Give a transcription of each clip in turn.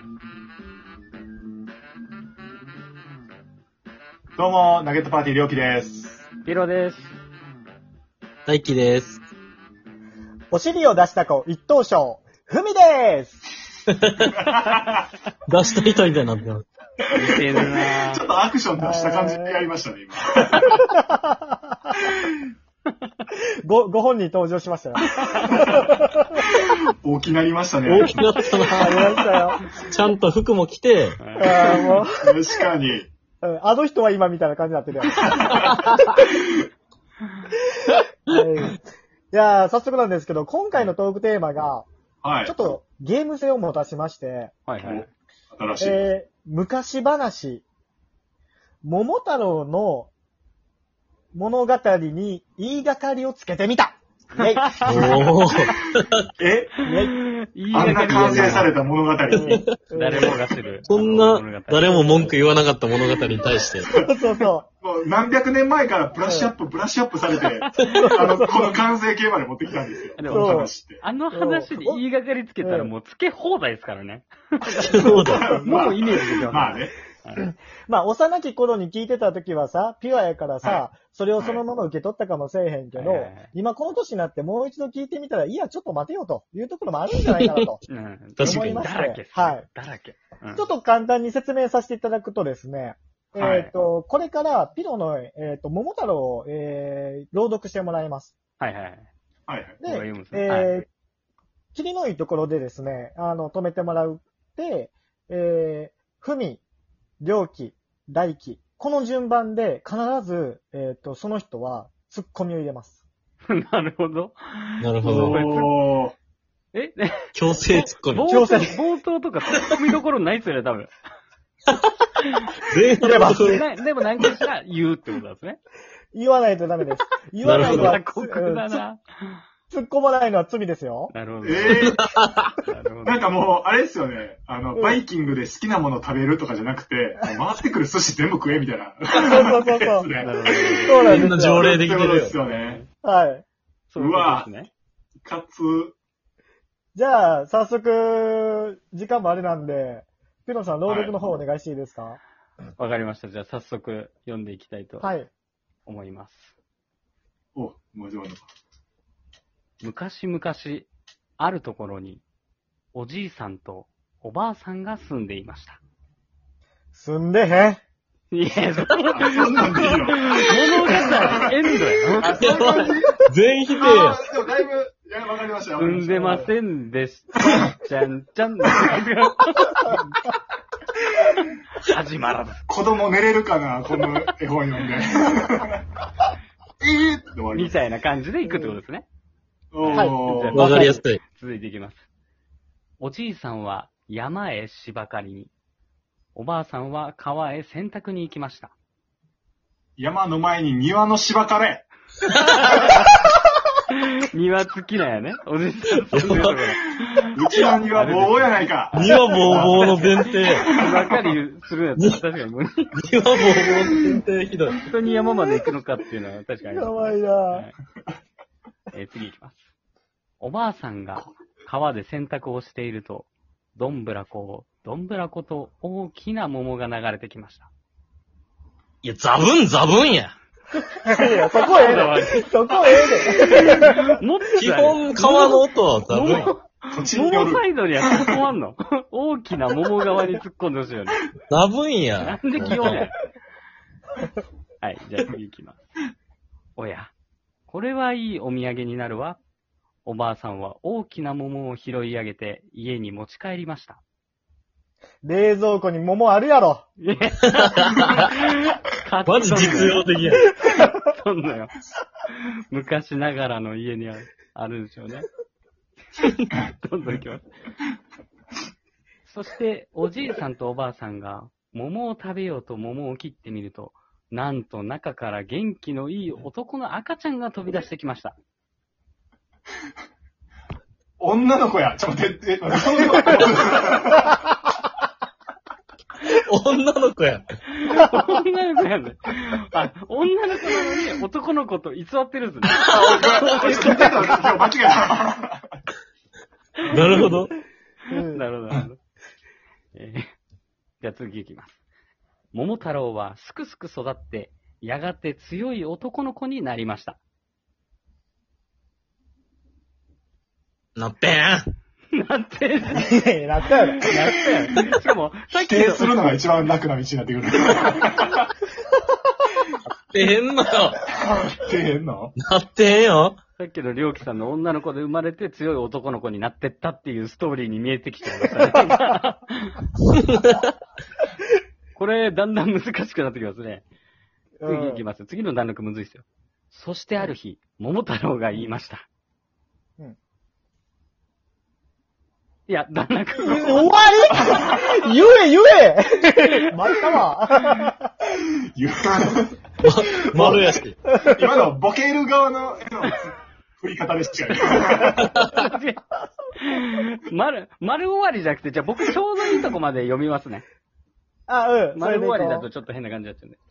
どうも、ナゲットパーティーりょうきです。 ピロです。 大輝です。 お尻を出した子一等賞、ふみです。 出した人みたいになってます。 似てるなぁ。 ちょっとアクション出した感じでやりましたね、 今。ご本人登場しましたよ。 大きなりましたね。 大きなったな。 ありましたよ。 ちゃんと服も着て。 もう確かに。 あの人は今みたいな感じになってるやん。いやー、早速なんですけど、今回のトークテーマが、 はい。 ちょっとゲーム性を持たしまして、 はいはい。 新しい。 昔話、桃太郎の物語に言いがかりをつけてみた。イェイ。 おー。 あんな完成された物語に。 誰もが知る。 そんな、誰も文句言わなかった物語に対して。 そうそう。 もう何百年前からブラッシュアップされて、この完成形まで持ってきたんですよ。 でも話って。 あの話に言いがかりつけたらもうつけ放題ですからね。 そうだ。 もうイメージできます。 まあね。 まあ、幼き頃に聞いてた時はさ、ピュアやからさ、それをそのまま受け取ったかもしれへんけど、今この年になってもう一度聞いてみたら、いや、ちょっと待てよというところもあるんじゃないかなと。 確かに。 思いましてだらけ。 はい。 だらけ。 ちょっと簡単に説明させていただくとですね、これからピロの、桃太郎を、朗読してもらいます。 はいはい。 はいで、切りのいいところでですね、止めてもらうで、ふみ、りょうき、大輝。この順番で必ず、その人はツッコミを入れます。 なるほど。 なるほど。 おえ強制ツッコミ。 冒頭とかツッコミどころないっすよね、多分。 全員ででも何かしら言うってことなんですね。 言わないとダメです。言わないとは、 酷だな。 突っ込まないのは罪ですよ。 なるほど。 なんかもう、あれですよね。バイキングで好きなもの食べるとかじゃなくて、回ってくる寿司全部食えみたいな。 そう。そうなんですよ。 条例できてるですよね。 はい。 うわ、かつ。 じゃあ、早速、時間もあれなんで、ピロさん、朗読の方お願いしていいですか？ わかりました。じゃあ、早速読んでいきたいと思います。 お、もちろん。 昔々、あるところに、おじいさんとおばあさんが住んでいました。 住んでへん。 いや、 そんなんでいいの？ 物語、エンドや。 全員否定や。 でもだいぶ、わかりました。 住んでませんでした。じゃんじゃん。始まらず。 子供寝れるかな、この絵本読んで。って終わりみたいな感じでいくってことですね。 はい。 わかりやすい。 続いていきます。おじいさんは山へ芝刈りに、おばあさんは川へ洗濯に行きました。 山の前に庭の芝刈れ。 庭付きなんやね。おじいさん住んでるところ。 うちの庭ボーボーやないか。 庭ボーボーの前提。 芝刈りするやつ、確かに無理。 庭ボーボーの前提ひどい。 人に山まで行くのかっていうのは確かに。 かわいいな次行きます。おばあさんが川で洗濯をしていると、どんぶらこと大きな桃が流れてきました。 いや、ザブンや。 いや、そこええで。そこええで。 もっと基本、川の音はザブンや。 桃サイドには突っ込まんの。大きな桃側に突っ込んでほしいよね。 ザブンや。 なんで気温や。はい、じゃあ次行きます。おや、これはいいお土産になるわ。おばあさんは大きな桃を拾い上げて家に持ち帰りました。 冷蔵庫に桃あるやろ。 マジ実用的や。 そんなよ。昔ながらの家にあるんですよね。どんどんいきます。そして、おじいさんとおばあさんが桃を食べようと桃を切ってみると、なんと中から元気のいい男の赤ちゃんが飛び出してきました。 女の子や。ちょっと待って、 女の子や。 女の子やね。あ、女の子なのに男の子と偽ってるんですね。 間違えた。 なるほど。 なるほど。 じゃあ次いきます。桃太郎はすくすく育って、やがて強い男の子になりました。 なってん。 なってん。 なったやろ。 なったやろ。しかも、さっ否きの、 定するのが一番楽な道になってくる。 ってへんのよ。 ってへんの？ なってへんよ。 さっきのりょうきさんの女の子で生まれて強い男の子になってったっていうストーリーに見えてきちゃいましたね。これ、だんだん難しくなってきますね。次いきます。次の段落むずいですよ。そしてある日、桃太郎が言いました。 うん。 いや、段落。 終わり言え待ったわ。 言う丸やし。 今のボケる側の振り方でしか丸終わりじゃなくて、じゃあ僕ちょうどいいとこまで読みますね。 あ、うん。 丸終わりだとちょっと変な感じになっちゃうんで。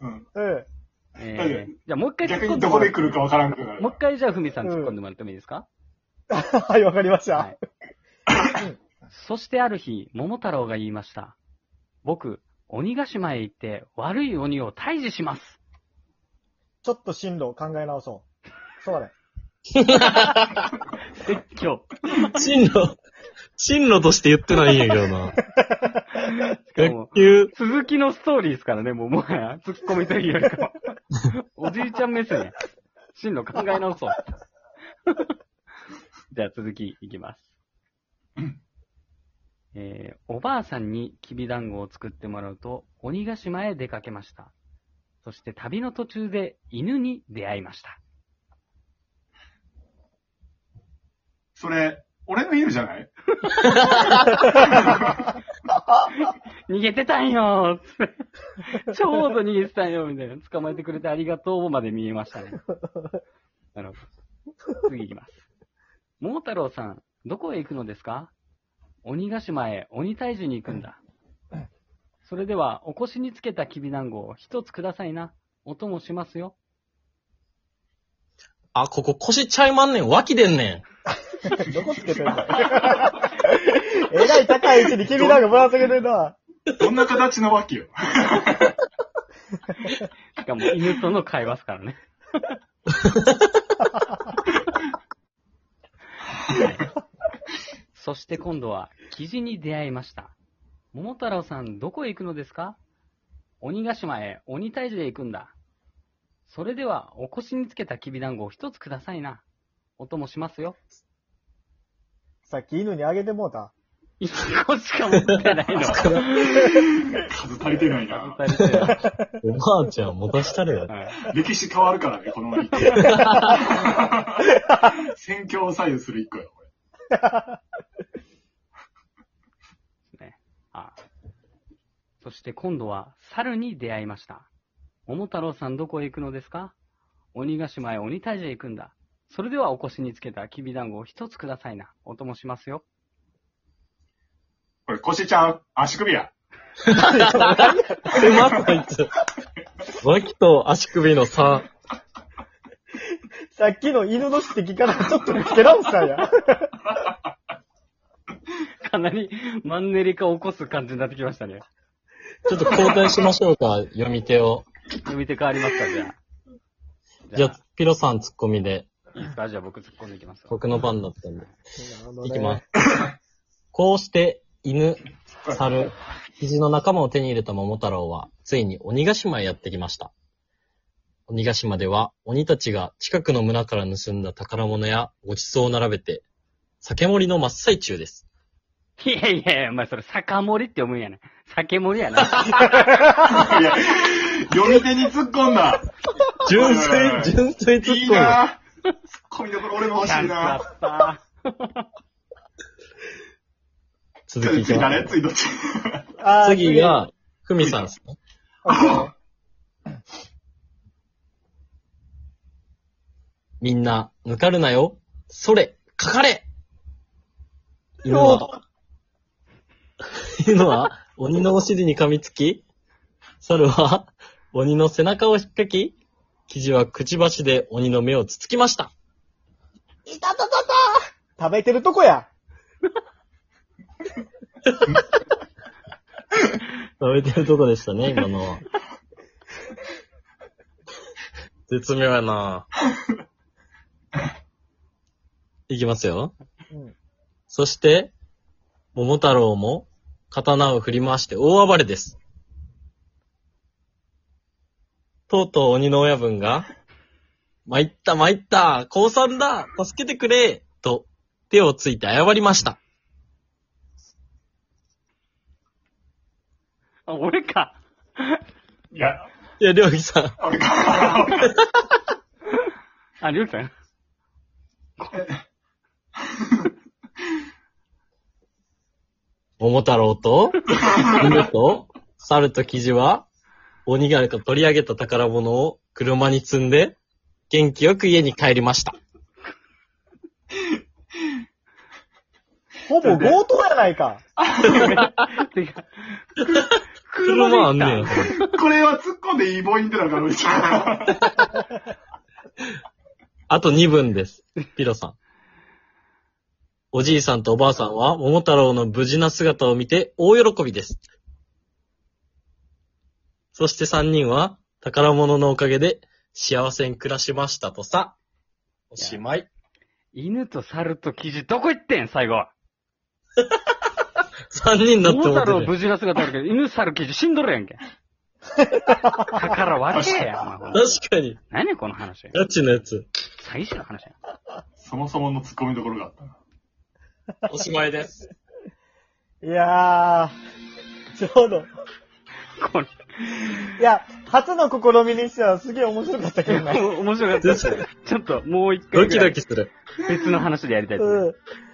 うん。 じゃあもう一回逆にどこで来るかわからんくなる。 もう一回じゃあふみさん突っ込んでもらってもいいですか？ はい、わかりました。 はい。そしてある日、桃太郎が言いました。僕、鬼ヶ島へ行って悪い鬼を退治します。 ちょっと進路を考え直そう。そうだね。 説教。 進路として言ってないんやけどな。学級。 続きのストーリーですからね、もはや、突っ込みというよりかは。おじいちゃん目線や。進路考え直そう。じゃあ続きいきます。おばあさんにきびだんごを作ってもらうと、鬼ヶ島へ出かけました。そして旅の途中で犬に出会いました。 それ、俺の犬じゃない？ 逃げてたんよーちょうど逃げてたんよみたいな。捕まえてくれてありがとうまで見えましたね。なるほど。次いきます。桃太郎さん、どこへ行くのですか？鬼ヶ島へ鬼退治に行くんだ。それでは、お腰につけたきびだんごを一つくださいな。お供しますよ。 あ、ここ腰ちゃいまんねん。脇でんねん。どこつけてんだえらい高い位置にきびだんごぶら下げてんな。 どんな形の脇よ。 しかも犬との会話っすからね。そして今度は、キジに出会いました。桃太郎さん、どこへ行くのですか？鬼ヶ島へ鬼退治へ行くんだ。それでは、お腰につけたきびだんごを一つくださいな。お供しますよ。 さっき犬にあげてもうた。 一個しか持ってないの。 数足りてないな。 数足りてない。 ん。おばあちゃん持たしたれよ。 はい歴史変わるからね、この一個。戦況を左右する一個よ、これ。 ね、そして今度は猿に出会いました。桃太郎さんどこへ行くのですか？鬼ヶ島へ鬼退治へ行くんだ。それではお腰につけたきびだんごを一つくださいな。お供しますよ。 これ腰ちゃう？足首や。 待ったいつ。脇と足首の差。 さっきの犬の指摘からちょっとつけ直したんや。 かなりマンネリ化を起こす感じになってきましたね。 ちょっと交代しましょうか、読み手を。 読み手変わりますか、じゃあ。 じゃあ、ピロさんツッコミで。 いいですか？じゃあ僕突っ込んでいきます。 僕の番だったんで。いきます。こうして、犬、猿、肘の仲間を手に入れた桃太郎は、ついに鬼ヶ島へやってきました。鬼ヶ島では、鬼たちが近くの村から盗んだ宝物やごちそうを並べて、酒盛りの真っ最中です。 いやいやいや、お前それ酒盛りって読むんやね。酒盛りやな。 いや、読み手に突っ込んだ。 純粋突っ込む。 いいな。突っ込みどころ俺も欲しいな。 やった。 続きいき次ます。 誰？次どっち？ 次が、ふみさんですね。みんな、抜かるなよ。それ、かかれ。犬は、鬼のお尻に噛みつき、猿は、鬼の背中を引っかき、キジはくちばしで鬼の目をつつきました。 いたたたた食べてるとこや。 食べてるとこでしたね、今のは。絶妙やな。いきますよ。 うん。 そして、桃太郎も刀を振り回して大暴れです。とうとう鬼の親分が、参った参った、降参だ、助けてくれ、と手をついて謝りました。 あ、俺か。 いや、 いや、りょうきさん。 俺か。 あ、りょうきさん。 桃太郎と、犬と、猿とキジは、鬼が取り上げた宝物を車に積んで、元気よく家に帰りました。 ほぼ強盗やないか。 てか車あんねや。 これは突っ込んでいいポイントだから、うちは。 あと2分です。ピロさん。おじいさんとおばあさんは、桃太郎の無事な姿を見て大喜びです。そして3人は、宝物のおかげで幸せに暮らしましたとさ。おしまい。 犬と猿とキジどこ行ってん、最後。 3人だって桃思ってる。 太郎無事な姿あるけど、犬猿キジ死んどるやんけ。宝分けや、お前。 確かに。 何やこの話。 ガチのやつ。 最初の話や。 そもそもの突っ込みどころがあったな。 おしまいです。 いやー、ちょうど。 これ。 いや、初の試みにしてはすげえ面白かったけどね。 面白かったですね。ちょっともう一回ドキドキする。 別の話でやりたいと思います。 うん。